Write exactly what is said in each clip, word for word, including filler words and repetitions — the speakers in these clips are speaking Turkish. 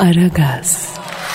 Aragaz.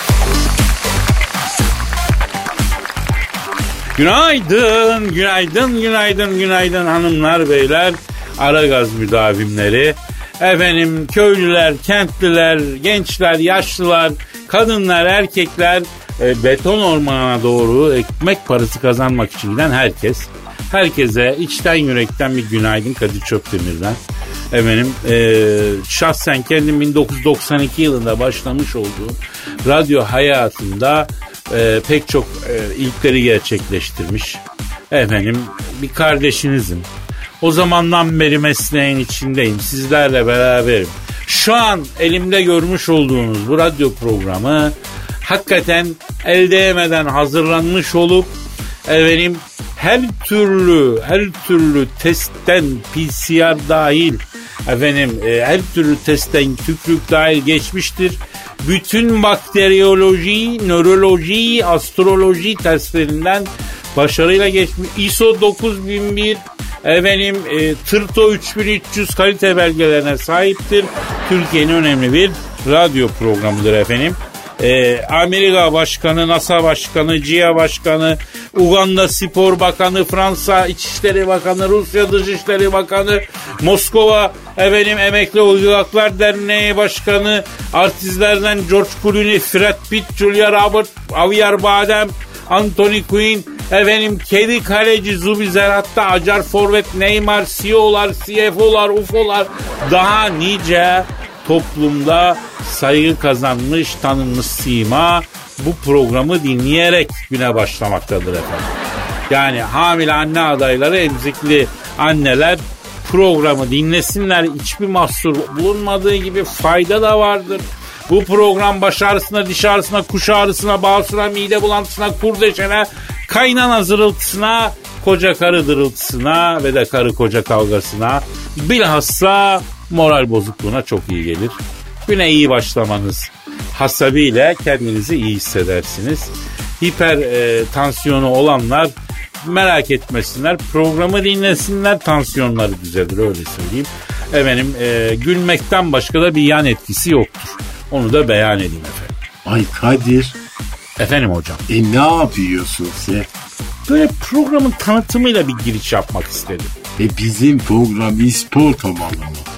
Günaydın, günaydın, günaydın, günaydın hanımlar, beyler, Aragaz müdavimleri. Efendim, köylüler, kentliler, gençler, yaşlılar, kadınlar, erkekler, e, beton ormanına doğru ekmek parası kazanmak için giden herkes. Herkese içten yürekten bir günaydın Kadir Çöpdemir'den. Efendim, e, şahsen kendim bin dokuz yüz doksan iki yılında başlamış olduğum radyo hayatında e, pek çok e, ilkleri gerçekleştirmiş. Efendim, bir kardeşinizim. O zamandan beri mesleğin içindeyim. Sizlerle beraberim. Şu an elimde görmüş olduğunuz bu radyo programı hakikaten el değmeden hazırlanmış olup efendim her türlü her türlü testten P C R dahil efendim e, her türlü testten tükürük dahil geçmiştir. Bütün bakteriyoloji, nöroloji, astroloji testlerinden başarıyla geçmiş. I S O dokuz bin bir efendim e, Tırto üç bin üç yüz kalite belgelerine sahiptir. Türkiye'nin önemli bir radyo programıdır efendim. E, Amerika Başkanı, NASA Başkanı, C I A Başkanı, Uganda Spor Bakanı, Fransa İçişleri Bakanı, Rusya Dışişleri Bakanı, Moskova efendim Emekli Oyuncular Derneği Başkanı, artistlerden George Clooney, Brad Pitt, Julia Roberts, Javier Bardem, Anthony Quinn, efendim kedi kaleci Zubi Serhat'ta, acar forvet Neymar, C E O'lar, C F O'lar, U F O'lar, daha nice toplumda saygı kazanmış, tanınmış sima bu programı dinleyerek güne başlamaktadır efendim. Yani hamile anne adayları, emzikli anneler programı dinlesinler. Hiçbir mahsur bulunmadığı gibi fayda da vardır. Bu program baş ağrısına, diş ağrısına, kuş ağrısına, bağırsına, mide bulantısına, kurdeşene, kaynana zırıltısına, koca karı dırıltısına ve de karı koca kavgasına, bilhassa moral bozukluğuna çok iyi gelir. Güne iyi başlamanız hasebiyle kendinizi iyi hissedersiniz. Hiper e, tansiyonu olanlar merak etmesinler. Programı dinlesinler, tansiyonları düzelir, öyle söyleyeyim. Efendim e, gülmekten başka da bir yan etkisi yoktur. Onu da beyan edeyim efendim. Ay Kadir. Efendim hocam. E ne yapıyorsun sen? Böyle programın tanıtımıyla bir giriş yapmak istedim. E bizim program İsporta mı?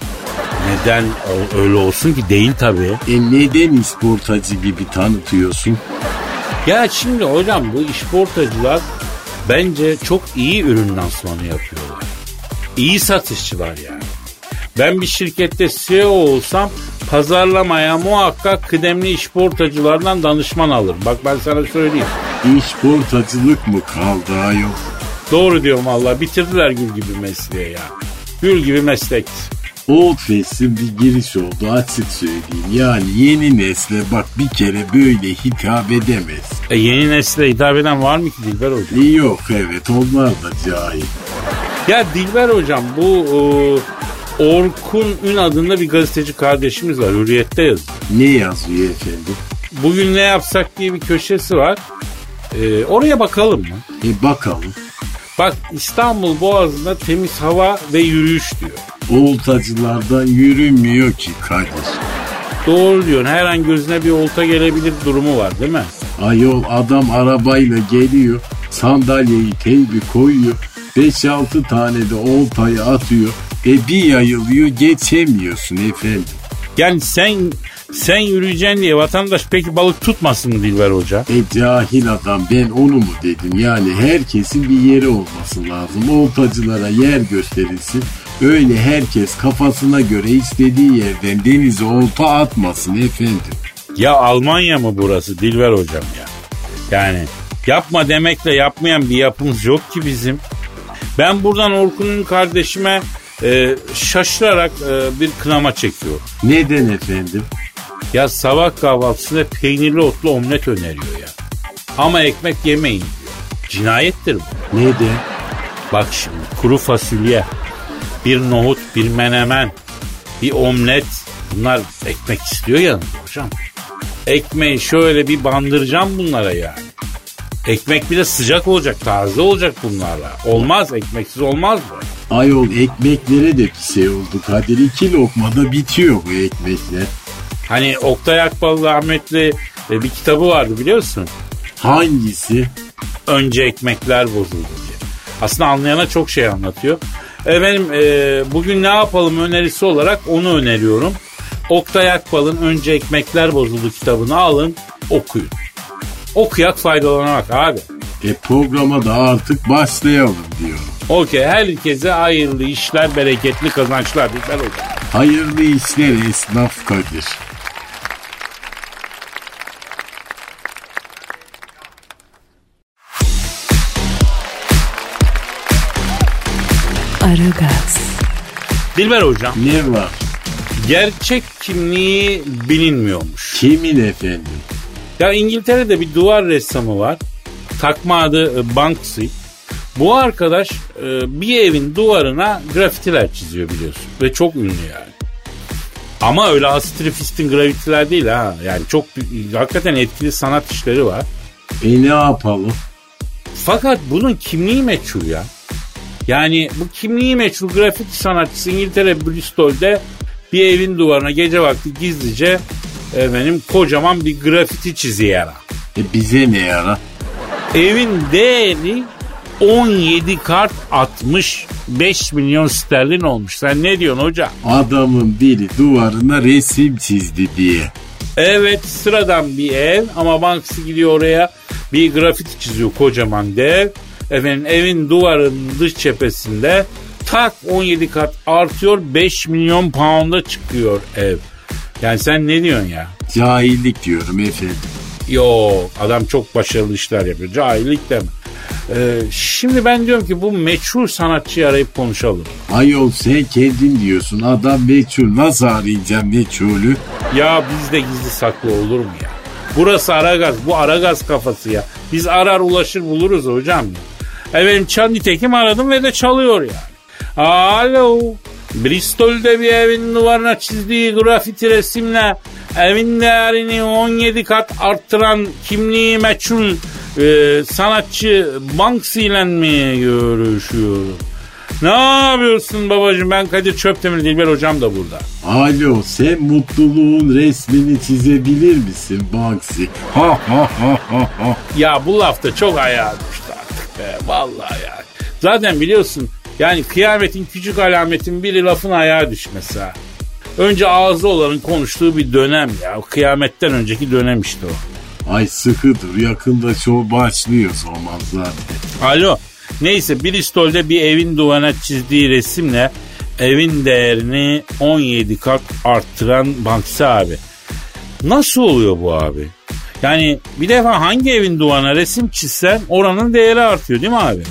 Neden öyle olsun ki? Değil tabii. E neden İsportacı gibi tanıtıyorsun? Ya şimdi hocam, bu işportacılar bence çok iyi ürün lansmanı yapıyorlar. İyi satışçılar yani. Ben bir şirkette C E O olsam pazarlamaya muhakkak kıdemli işportacılardan danışman alırım. Bak ben sana söyleyeyim. İşportacılık mı kaldı ayol? Doğru diyorum vallahi, bitirdiler gül gibi mesleği ya. Gül gibi meslekti. Old fashion bir giriş oldu, açık söyleyeyim. Yani yeni nesle bak bir kere böyle hitap edemez. E yeni nesle hitap eden var mı ki Dilber hocam? E yok, evet, onlar da cahil. Ya Dilber hocam, bu e, Orkun Ün adında bir gazeteci kardeşimiz var. Hürriyet'te yazıyor. Ne yazıyor efendim? Bugün ne yapsak diye bir köşesi var. E, oraya bakalım mı? E bakalım. Bak, İstanbul Boğazı'nda temiz hava ve yürüyüş diyor. Oltacılarda yürümüyor ki Kadir. Doğru diyorsun. Her an gözüne bir olta gelebilir durumu var değil mi? Ayol, adam arabayla geliyor. Sandalyeyi teybi koyuyor. beş altı tane de oltayı atıyor. E bir yayılıyor, geçemiyorsun efendim. Yani sen sen yürüyeceksin diye vatandaş peki balık tutmasın mı Dilber Hoca? E cahil adam, ben onu mu dedim? Yani herkesin bir yeri olması lazım. Oltacılara yer gösterilsin. Öyle herkes kafasına göre istediği yerden denize olta atmasın efendim. Ya Almanya mı burası Dilber hocam ya? Yani yapma demekle yapmayan bir yapımız yok ki bizim. Ben buradan Orkun'un kardeşime e, şaşırarak e, bir kınama çekiyorum. Neden efendim? Ya sabah kahvaltısında peynirli otlu omlet öneriyor ya. Ama ekmek yemeyin diyor. Cinayettir bu. Neden? Bak şimdi, kuru fasulye, bir nohut, bir menemen, bir omlet, bunlar ekmek istiyor yanında hocam. Ekmeği şöyle bir bandıracağım bunlara yani. Ekmek bir de sıcak olacak, taze olacak bunlarla. Olmaz, ekmeksiz olmaz bu. Ayol, ekmeklere de bir şey oldu Kadir. İki lokmada bitiyor bu ekmekler. Hani Oktay Akbal'la rahmetli e, bir kitabı vardı biliyorsun. Hangisi? Önce ekmekler bozuldu diye. Aslında anlayana çok şey anlatıyor. Efendim e, bugün ne yapalım önerisi olarak onu öneriyorum. Oktay Akbal'ın Önce Ekmekler Bozuldu kitabını alın, okuyun. Okuyak faydalanarak abi. E programa da artık başlayalım diyorum. Okey, herkese hayırlı işler, bereketli kazançlar. Güzel olsun. Hayırlı işler esnaf Kadir. Aragaz. Dilber hocam. Ne var? Gerçek kimliği bilinmiyormuş. Kimin efendim? Ya İngiltere'de bir duvar ressamı var. Takma adı Banksy. Bu arkadaş bir evin duvarına grafitiler çiziyor biliyorsun. Ve çok ünlü yani. Ama öyle astrifistin grafitiler değil ha. Yani çok hakikaten etkili sanat işleri var. E ne yapalım? Fakat bunun kimliği meçhul ya. Yani bu kimliği meçhul grafiti sanatçısı İngiltere Bristol'de bir evin duvarına gece vakti gizlice efendim kocaman bir grafiti çiziyor. E bize ne yara? Evin değeri on yedi kart atmış beş milyon sterlin olmuş. Sen ne diyorsun hoca? Adamın biri duvarına resim çizdi diye. Evet, sıradan bir ev ama Banksy gidiyor oraya bir grafiti çiziyor kocaman dev. Efendim evin duvarının dış cephesinde tak on yedi kat artıyor, beş milyon pound'a çıkıyor ev. Yani sen ne diyorsun ya? Cahillik diyorum efendim. Yok, adam çok başarılı işler yapıyor. Cahillik deme. Ee, şimdi ben diyorum ki bu meçhul sanatçıyı arayıp konuşalım. Ayol sen kendin diyorsun, adam meçhul, nasıl arayacağım meçhulü? Ya bizde gizli saklı olur mu ya? Burası Aragaz, bu Aragaz kafası ya. Biz arar ulaşır buluruz hocam ya. Efendim çal, nitekim aradım ve de çalıyor yani. Alo, Bristol'de bir evin duvarına çizdiği grafiti resimle evin değerini on yedi kat arttıran kimliği meçhul e, sanatçı Banksy ile mi görüşüyorum? Ne yapıyorsun babacığım? Ben Kadir Çöptemir, Dilber hocam da burada. Alo, sen mutluluğun resmini çizebilir misin Banksy? Ha ha ha ha ha. Ya bu lafta çok ayağa düştü artık be. Vallahi ya. Zaten biliyorsun yani kıyametin küçük alametin biri lafın ayağa düşmesi ha. Önce ağzı olanın konuştuğu bir dönem ya. Kıyametten önceki dönem işte o. Ay sıkı dur, yakında şov başlıyor zaman zaten. Alo. Neyse, Bristol'de bir evin duvarına çizdiği resimle evin değerini on yedi kat arttıran Banksy abi. Nasıl oluyor bu abi? Yani bir defa hangi evin duvarına resim çizsen oranın değeri artıyor değil mi abi?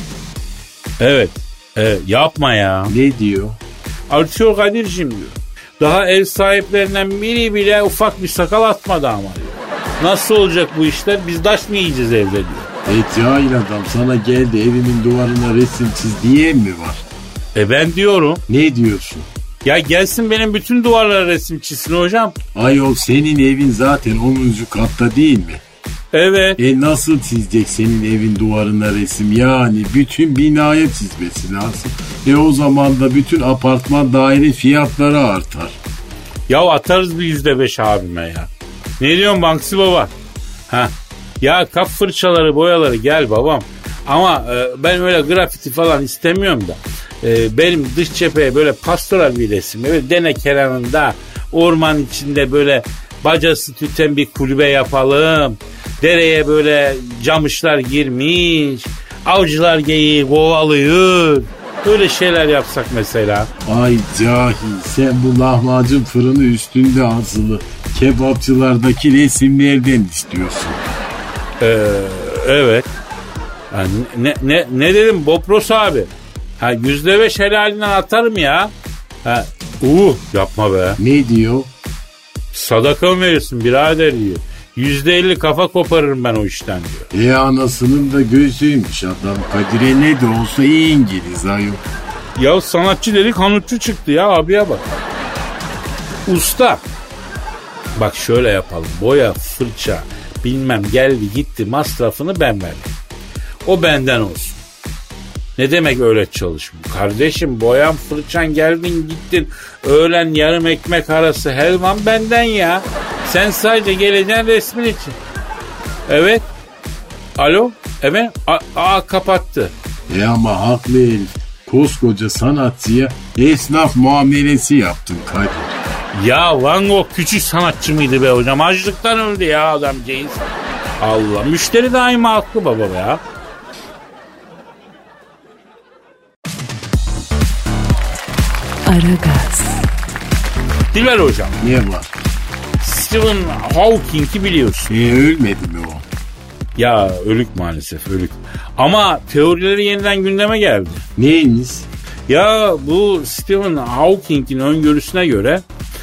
Evet. Evet, yapma ya. Ne diyor? Artıyor Kadir'cim diyor. Daha ev sahiplerinden biri bile ufak bir sakal atmadı ama diyor. Nasıl olacak bu işler? Biz taş mı yiyeceğiz evde diyor. E cahil adam, sana geldi evimin duvarına resim çiz diye mi var? E ben diyorum. Ne diyorsun? Ya gelsin benim bütün duvarlara resim çizsin hocam. Ayol, senin evin zaten onuncu katta değil mi? Evet. E nasıl çizecek senin evin duvarına resim? Yani bütün binaya çizmesi lazım. E o zaman da bütün apartman daire fiyatları artar. Ya atarız bir yüzde beş abime ya. Ne diyorsun Banksy baba? Ha. Ya kap fırçaları, boyaları gel babam. Ama e, ben öyle grafiti falan istemiyorum da. E, benim dış cepheye böyle pastoral bir resim. Böyle dene kenarında, orman içinde böyle bacası tüten bir kulübe yapalım. Dereye böyle camışlar girmiş. Avcılar geyiği kovalıyor. Öyle şeyler yapsak mesela. Ay cahil, sen bu lahmacun fırını üstünde asılı kebapçılardaki resimlerden istiyorsun. Ee, evet. Yani ne, ne, ne dedim Bopros abi? Ha, yüzde beş helalinden atarım ya. Ha, uh, yapma be. Ne diyor? Sadaka mı verirsin birader diyor. Yüzde elli kafa koparırım ben o işten diyor. E anasının da gözüymüş adam. Kadir'e ne de olsa iyi İngiliz ayol. Ya sanatçı dedik hanutçu çıktı ya abiye bak. Usta. Bak şöyle yapalım. Boya, fırça, bilmem geldi gitti masrafını ben verdim. O benden olsun. Ne demek öyle çalışma? Kardeşim boyan fırçan geldin gittin. Öğlen yarım ekmek arası helvan benden ya. Sen sadece geleceksin resmin için. Evet. Alo. Evet. Aa, aa kapattı. E ama haklı herif. Koskoca sanatçıya esnaf muamelesi yaptın Kadir. Ya Van Gogh küçük sanatçı mıydı be hocam? Açlıktan öldü ya adamcağız. Allah. Müşteri daima haklı baba ya. Aragaz. Dilber hocam. Ne var? Stephen Hawking'i biliyorsun. E ölmedi mi o? Ya ölük maalesef ölük. Ama teorileri yeniden gündeme geldi. Neymiş? Ya bu Stephen Hawking'in öngörüsüne göre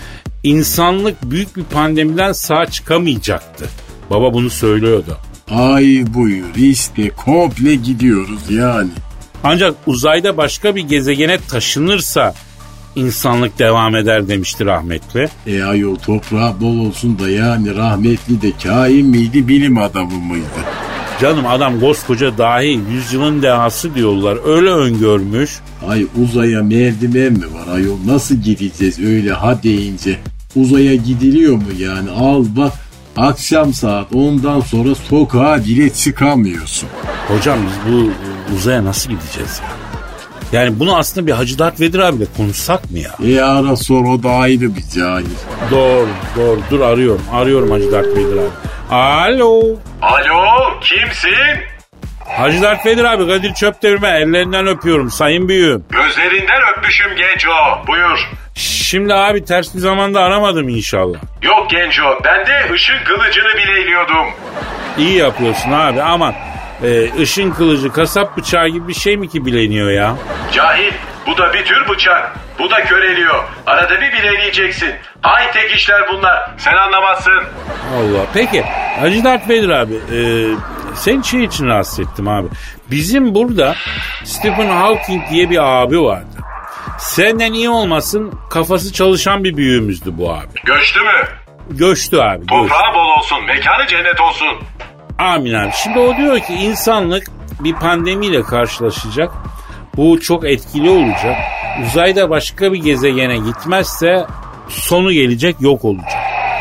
insanlık büyük bir pandemiden sağ çıkamayacaktı. Baba bunu söylüyordu. Ay buyur işte komple gidiyoruz yani. Ancak uzayda başka bir gezegene taşınırsa insanlık devam eder demişti rahmetli. E ayol toprağı bol olsun da yani rahmetli de kain miydi bilim adamı mıydı? Canım adam koskoca dahi yüzyılın dehası diyorlar öyle öngörmüş. Ay uzaya merdiven mi var ayol nasıl gideceğiz öyle ha deyince? Uzaya gidiliyor mu yani al bak akşam saat ondan sonra sokağa bile çıkamıyorsun. Hocam biz bu uzaya nasıl gideceğiz ya? Yani bunu aslında bir Hacı Dert Vedir abiyle konuşsak mı ya? E ara sor o da ayrı bir cahil. Doğru doğru dur arıyorum arıyorum Hacı Dert Vedir abi. Alo. Alo kimsin? Hacı Dert Vedir abi Kadir Çöpdemir'e ellerinden öpüyorum sayın büyüğüm. Gözlerinden öpmüşüm Genco. Buyur. Şimdi abi ters bir zamanda aramadım inşallah. Yok Genco ben de ışın kılıcını bileyliyordum. İyi yapıyorsun abi aman. Ee, ışın kılıcı kasap bıçağı gibi bir şey mi ki bileniyor ya? Cahil bu da bir tür bıçak. Bu da köreliyor. Arada bir bileyleyeceksin. High tek işler bunlar. Sen anlamazsın. Allah. Peki Hacı Dert Vedir abi e, senin şey için rahatsız ettim abi. Bizim burada Stephen Hawking diye bir abi vardı. Senden iyi olmasın kafası çalışan bir büyüğümüzdü bu abi. Göçtü mü? Göçtü abi. Göçtü. Toprağı bol olsun. Mekanı cennet olsun. Amin abi. Şimdi o diyor ki insanlık bir pandemiyle karşılaşacak. Bu çok etkili olacak. Uzayda başka bir gezegene gitmezse sonu gelecek yok olacak.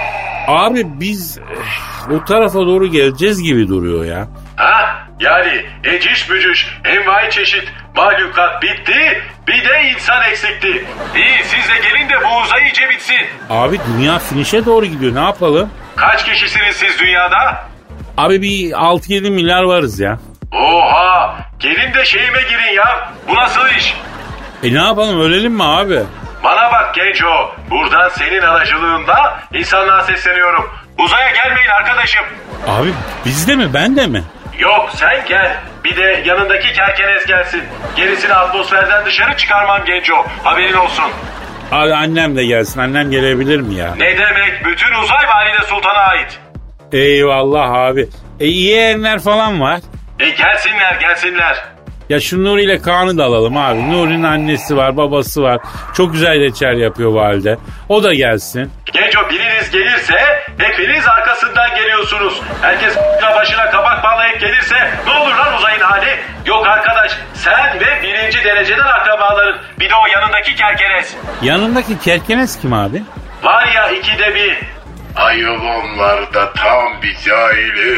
Abi biz o tarafa doğru geleceğiz gibi duruyor ya. Ha? Yani eciş bücüş envai çeşit mahlukat bitti. Bir de insan eksikti. İyi siz de gelin de bu uzay iyice bitsin. Abi dünya finişe doğru gidiyor ne yapalım? Kaç kişisiniz siz dünyada? Abi bir altı yedi milyar varız ya. Oha! Gelin de şeyime girin ya. Bu nasıl iş? E ne yapalım ölelim mi abi? Bana bak Genco. Buradan senin aracılığında insanlığa sesleniyorum. Uzaya gelmeyin arkadaşım. Abi biz de mi ben de mi? Yok sen gel. Bir de yanındaki kerkenes gelsin. Gerisini atmosferden dışarı çıkarmam Genco. Haberin olsun. Abi annem de gelsin annem gelebilir mi ya? Ne demek? Bütün uzay Valide Sultan'a ait. Eyvallah abi. E yeğenler falan var. E gelsinler gelsinler. Ya şu Nuri ile Kaan'ı da alalım abi. Nuri'nin annesi var, babası var. Çok güzel reçel yapıyor valide. O da gelsin. Genco biriniz gelirse hepiniz arkasından geliyorsunuz. Herkes başına kabak bağlayıp gelirse ne olur lan uzayın hali? Yok arkadaş sen ve birinci dereceden akrabaların. Bir de o yanındaki kerkenes. Yanındaki kerkenes kim abi? Var ya ikide bir. Ayol onlar da tam bir cahil.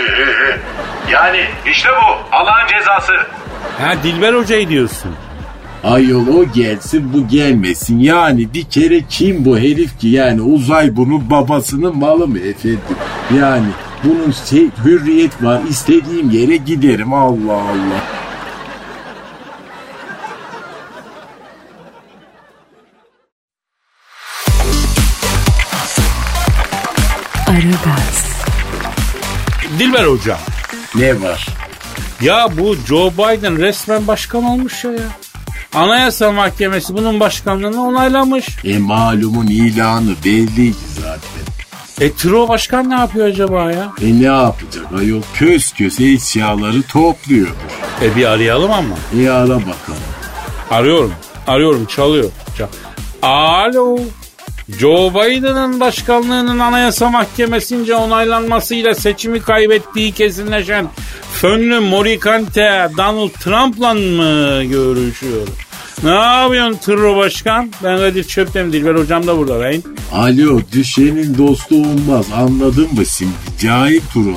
Yani işte bu Allah'ın cezası. Ha Dilber Hoca'yı diyorsun. Ayol o gelsin bu gelmesin yani bir kere kim bu herif ki yani uzay bunun babasının malı mı efendim? Yani bunun şey, hürriyet var istediğim yere giderim Allah Allah. Aragaz. Dilber Hoca. Ne var? Ya bu Joe Biden resmen başkan olmuş ya ya. Anayasa Mahkemesi bunun başkanlığını onaylamış. E malumun ilanı belliydi zaten. E Trudeau başkan ne yapıyor acaba ya? E ne yapacak ayol köz köz eşyaları topluyordur. E bir arayalım ama. E ara bakalım. Arıyorum. Arıyorum çalıyor. Çal. Alo. Joe Biden'ın başkanlığının Anayasa Mahkemesi'nce onaylanmasıyla seçimi kaybettiği kesinleşen fönlü Morikante Donald Trump'la mı görüşüyor? Ne yapıyorsun Tırro Başkan? Ben Kadir Çöptem, Dilber Hocam da burada lan. Alo, düşenin dostu olmaz, anladın mı şimdi? Cahil turuncu.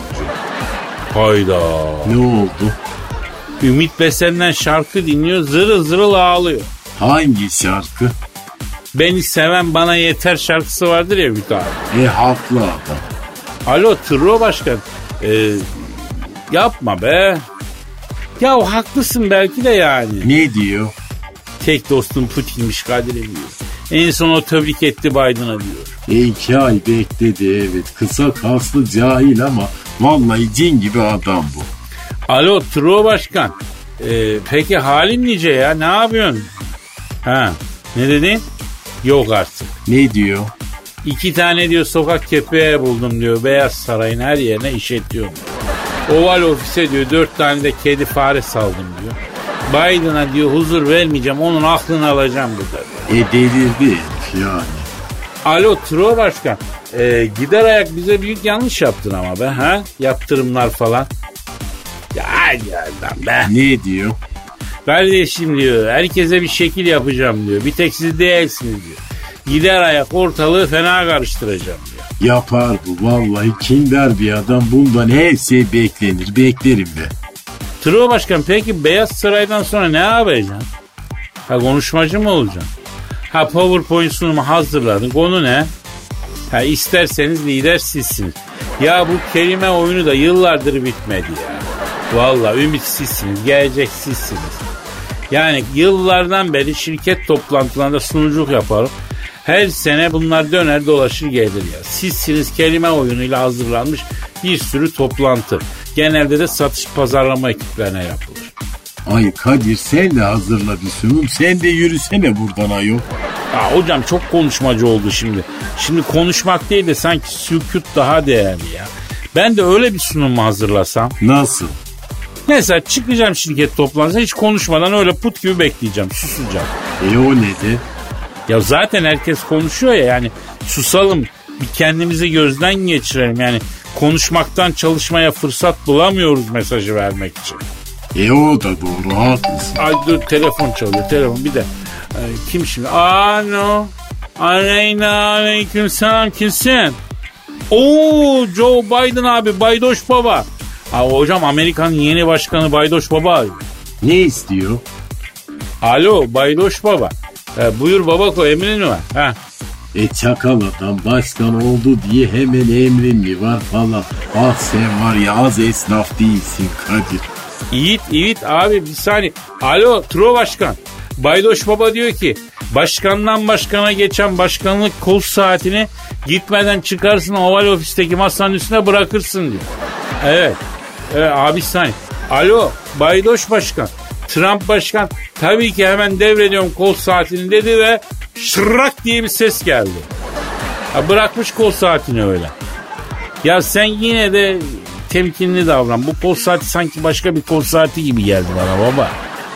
Hayda. Ne oldu? Ümit Besen'den şarkı dinliyor, zırıl zırıl ağlıyor. Hangi şarkı? Beni seven bana yeter şarkısı vardır ya Ümit abi. E haklı adam. Alo Tırro Başkan. Ee, yapma be. Ya haklısın belki de yani. Ne diyor? Tek dostum Putin'miş Kadir'e diyor. En son o tebrik etti Biden'a diyor. E iki ay bekledi evet. Kısa kaslı cahil ama vallahi cin gibi adam bu. Alo Tırro Başkan. Ee, peki halin nice ya? Ne yapıyorsun? Ha, ne dedin? Yok artık. Ne diyor? İki tane diyor sokak köpeği buldum diyor. Beyaz Saray'ın her yerine işletiyorum. Oval ofise diyor dört tane de kedi fare saldım diyor. Biden'a diyor huzur vermeyeceğim, onun aklını alacağım burada. E delirdi yani. Alo Tro Başkan, ee, gider ayak bize büyük yanlış yaptın ama be, ha? Yaptırımlar falan. Ya hadi yerden be. Ne diyor? Kardeşim diyor, herkese bir şekil yapacağım diyor. Bir tek siz değilsiniz diyor. Gider ayak ortalığı fena karıştıracağım diyor. Yapar bu, vallahi kindar bir adam, bundan her şey beklenir, beklerim be. Tro Başkan, peki Beyaz Saray'dan sonra ne yapacaksın? Ha, konuşmacı mı olacaksın? Ha, PowerPoint sunumu hazırladın, konu ne? Ha, isterseniz lider sizsiniz. Ya bu kelime oyunu da yıllardır bitmedi ya. Vallahi ümit sizsiniz, gelecek sizsiniz. Yani yıllardan beri şirket toplantılarında sunuculuk yaparım. Her sene bunlar döner dolaşır gelir ya. Sizsiniz kelime oyunuyla hazırlanmış bir sürü toplantı. Genelde de satış pazarlama ekiplerine yapılır. Ay Kadir, sen de hazırla bir sunum. Sen de yürüsene buradan ayol. Ya hocam çok konuşmacı oldu şimdi. Şimdi konuşmak değil de sanki sükût daha değerli ya. Ben de öyle bir sunum mu hazırlasam? Nasıl? Mesela çıkacağım şirket toplantısına, hiç konuşmadan öyle put gibi bekleyeceğim, susacağım. E o nedir? Ya zaten herkes konuşuyor ya, yani susalım, bir kendimizi gözden geçirelim. Yani konuşmaktan çalışmaya fırsat bulamıyoruz mesajı vermek için. E o da doğru, haklısın. Ay dur, telefon çalıyor, telefon bir de. Ay, kim şimdi? Alo. Aleyna aleyküm selam, kimsin? Oo, Joe Biden abi, Baydoş Baba. Aa, hocam Amerika'nın yeni başkanı Baydoş Baba. Ne istiyor? Alo Baydoş Baba. Ee, buyur babako, emrin var. Ha. E çakal adam başkan oldu diye hemen emrin mi var falan. Ah sen var ya, az esnaf değilsin Kadir. Yiğit, Yiğit abi bir saniye. Alo Tro Başkan. Baydoş Baba diyor ki başkandan başkana geçen başkanlık kol saatini gitmeden çıkarsın, oval ofisteki masanın üstüne bırakırsın diyor. Evet. Evet abi bir saniye. Alo Baydoş Başkan. Trump Başkan tabii ki hemen devrediyorum kol saatini dedi ve şırrak diye bir ses geldi. Ha, bırakmış kol saatini öyle. Ya sen yine de temkinli davran. Bu kol saati sanki başka bir kol saati gibi geldi bana baba.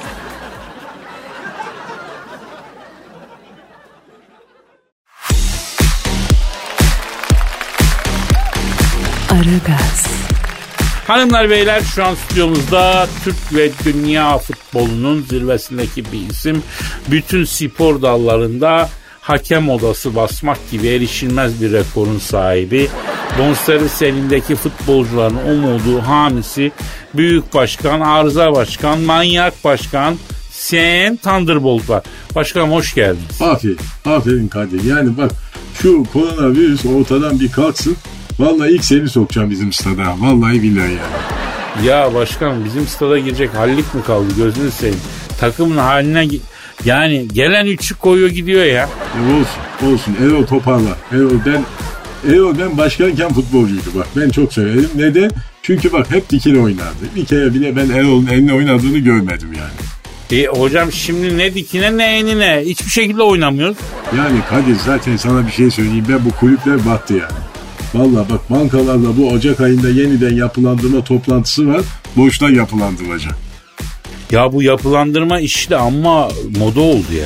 Aragaz. Hanımlar beyler, şu an stüdyomuzda Türk ve dünya futbolunun zirvesindeki bir isim. Bütün spor dallarında hakem odası basmak gibi erişilmez bir rekorun sahibi. Bonservis elindeki futbolcuların umudu, hamisi, büyük başkan, arıza başkan, manyak başkan, sen Thunderbolt'lar. Başkanım hoş geldiniz. Aferin, aferin Kadir. Yani bak, şu koronavirüs ortadan bir kalksın. Vallahi ilk seni sokacağım bizim stada. Vallahi billahi ya. Ya başkanım, bizim stada girecek hallik mi kaldı, gözünü seveyim. Takımın haline yani gelen üçü koyuyor gidiyor ya. E olsun olsun, Erol toparla. Erol ben, Erol ben başkanken futbolcuydu bak. Ben çok severim. Neden? Çünkü bak hep dikine oynardı. Bir kere bile ben Erol'un eline oynadığını görmedim yani. E hocam şimdi ne dikine ne enine, hiçbir şekilde oynamıyoruz. Yani Kadir zaten sana bir şey söyleyeyim. Ben bu kulüpler battı yani. Valla bak, bankalarla bu Ocak ayında yeniden yapılandırma toplantısı var. Boşta yapılandırılacak. Ya bu yapılandırma işi de amma moda oldu ya.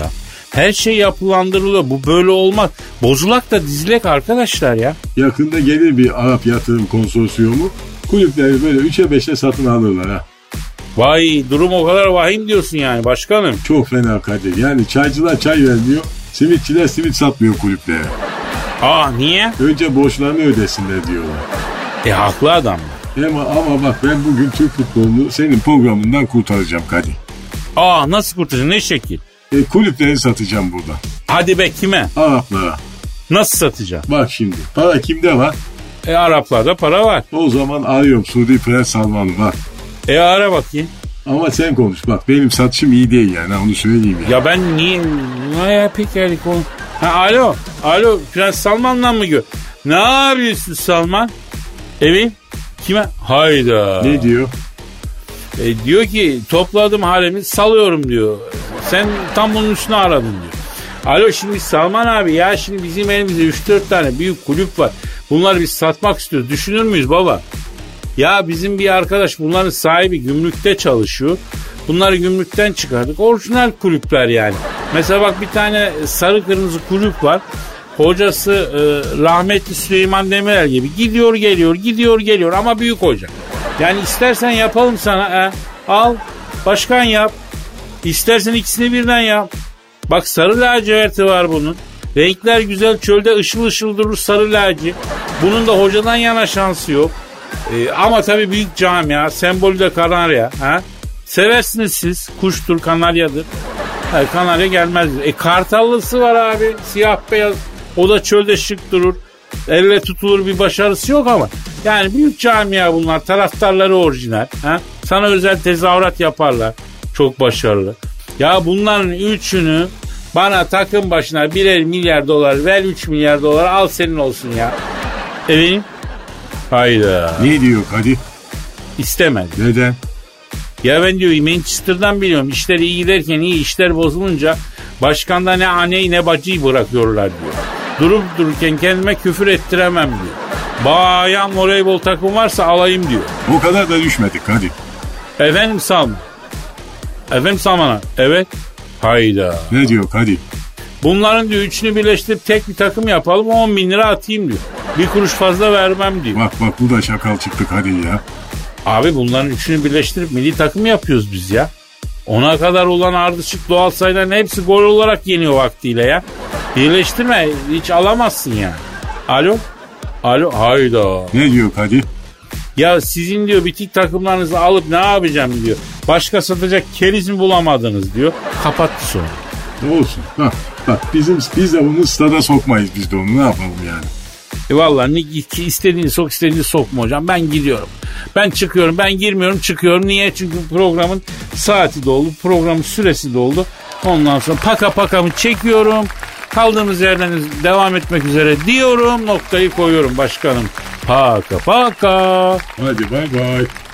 Her şey yapılandırılıyor. Bu böyle olmaz. Bozulak da dizilek arkadaşlar ya. Yakında gelir bir Arap yatırım konsorsiyumu. Kulüpleri böyle üçe beşe satın alırlar ha. Vay, durum o kadar vahim diyorsun yani başkanım. Çok fena Kadir. Yani çaycılar çay vermiyor. Simitçiler simit satmıyor kulüplere. Aa, niye? Önce borçlarını ödesinler diyorlar. E haklı adam. Ama, ama bak ben bugün Türk futbolunu senin programından kurtaracağım Kadir. Aa, nasıl kurtaracaksın? Ne şekil? E, kulüpleri satacağım burada. Hadi be, kime? Araplara. Nasıl satacaksın? Bak şimdi para kimde var? E Araplarda para var. O zaman arıyorum Suudi Prens Salman'ı bak. E ara bakayım. Ama sen konuş bak, benim satışım iyi değil yani, onu söyleyeyim ya. Ya ben niye? Ne ya peki konu? Ha, alo. Alo, Prens Salman'la mı gör? Ne yapıyorsun Salman? Evet. Kime? Hayda. Ne diyor? E, diyor ki topladım haremi salıyorum diyor. Sen tam bunun üstüne aradın diyor. Alo, şimdi Salman abi ya, şimdi bizim elimizde üç dört tane büyük kulüp var. Bunları biz satmak istiyoruz. Düşünür müyüz baba? Ya bizim bir arkadaş, bunların sahibi gümrükte çalışıyor. Bunları gümrükten çıkardık. Orijinal kulüpler yani. Mesela bak, bir tane sarı kırmızı kulüp var. Hocası e, rahmetli Süleyman Demirel gibi gidiyor geliyor gidiyor geliyor ama büyük hoca. Yani istersen yapalım sana, he. Al başkan yap. İstersen ikisini birden yap. Bak, sarı laciverti var bunun. Renkler güzel, çölde ışıl ışıl durur sarı laci. Bunun da hocadan yana şansı yok. Ee, ama tabii büyük camia, sembolü de kanarya. Ha? Seversiniz siz, kuştur, kanaryadır. Ha, kanarya gelmez. E kartallısı var abi, siyah beyaz. O da çölde şık durur. Elle tutulur, bir başarısı yok ama. Yani büyük camia bunlar, taraftarları orijinal. Ha? Sana özel tezahürat yaparlar. Çok başarılı. Ya bunların üçünü bana takım başına birer milyar dolar ver, üç milyar dolar al, senin olsun ya. Efendim? Hayda. Ne diyor Kadir? İstemez. Neden? Ya ben diyor Manchester'dan biliyorum, işler iyi giderken iyi, işler bozulunca başkanda ne anneyi ne bacıyı bırakıyorlar diyor. Durup dururken kendime küfür ettiremem diyor. Bayan voleybol takım varsa alayım diyor. O kadar da düşmedik Kadir. Efendim Salman. Efendim Salman'a. Evet. Hayda. Ne diyor Kadir? Bunların diyor üçünü birleştirip tek bir takım yapalım, on bin lira atayım diyor. Bir kuruş fazla vermem diyor. Bak bak, bu da şakal çıktı Kadir ya. Abi bunların üçünü birleştirip milli takım yapıyoruz biz ya. Ona kadar olan ardışık doğal sayıların hepsi gol olarak yeniyor vaktiyle ya. Birleştirme, hiç alamazsın yani. Alo? Alo? Hayda. Ne diyor Kadir? Ya sizin diyor bitik takımlarınızı alıp ne yapacağım diyor. Başka satacak keriz mi bulamadınız diyor. Kapattı sonra. Ne olsun? Bak bak, bizim biz de bunu stada sokmayız, biz de onu ne yapalım yani. E vallahi ne, istediğini sok, istediğini sokma hocam. Ben gidiyorum. Ben çıkıyorum. Ben girmiyorum, çıkıyorum. Niye? Çünkü programın saati doldu. Programın süresi doldu. Ondan sonra paka pakamı çekiyorum. Kaldığımız yerden devam etmek üzere diyorum. Noktayı koyuyorum başkanım. Paka paka. Hadi bay bay.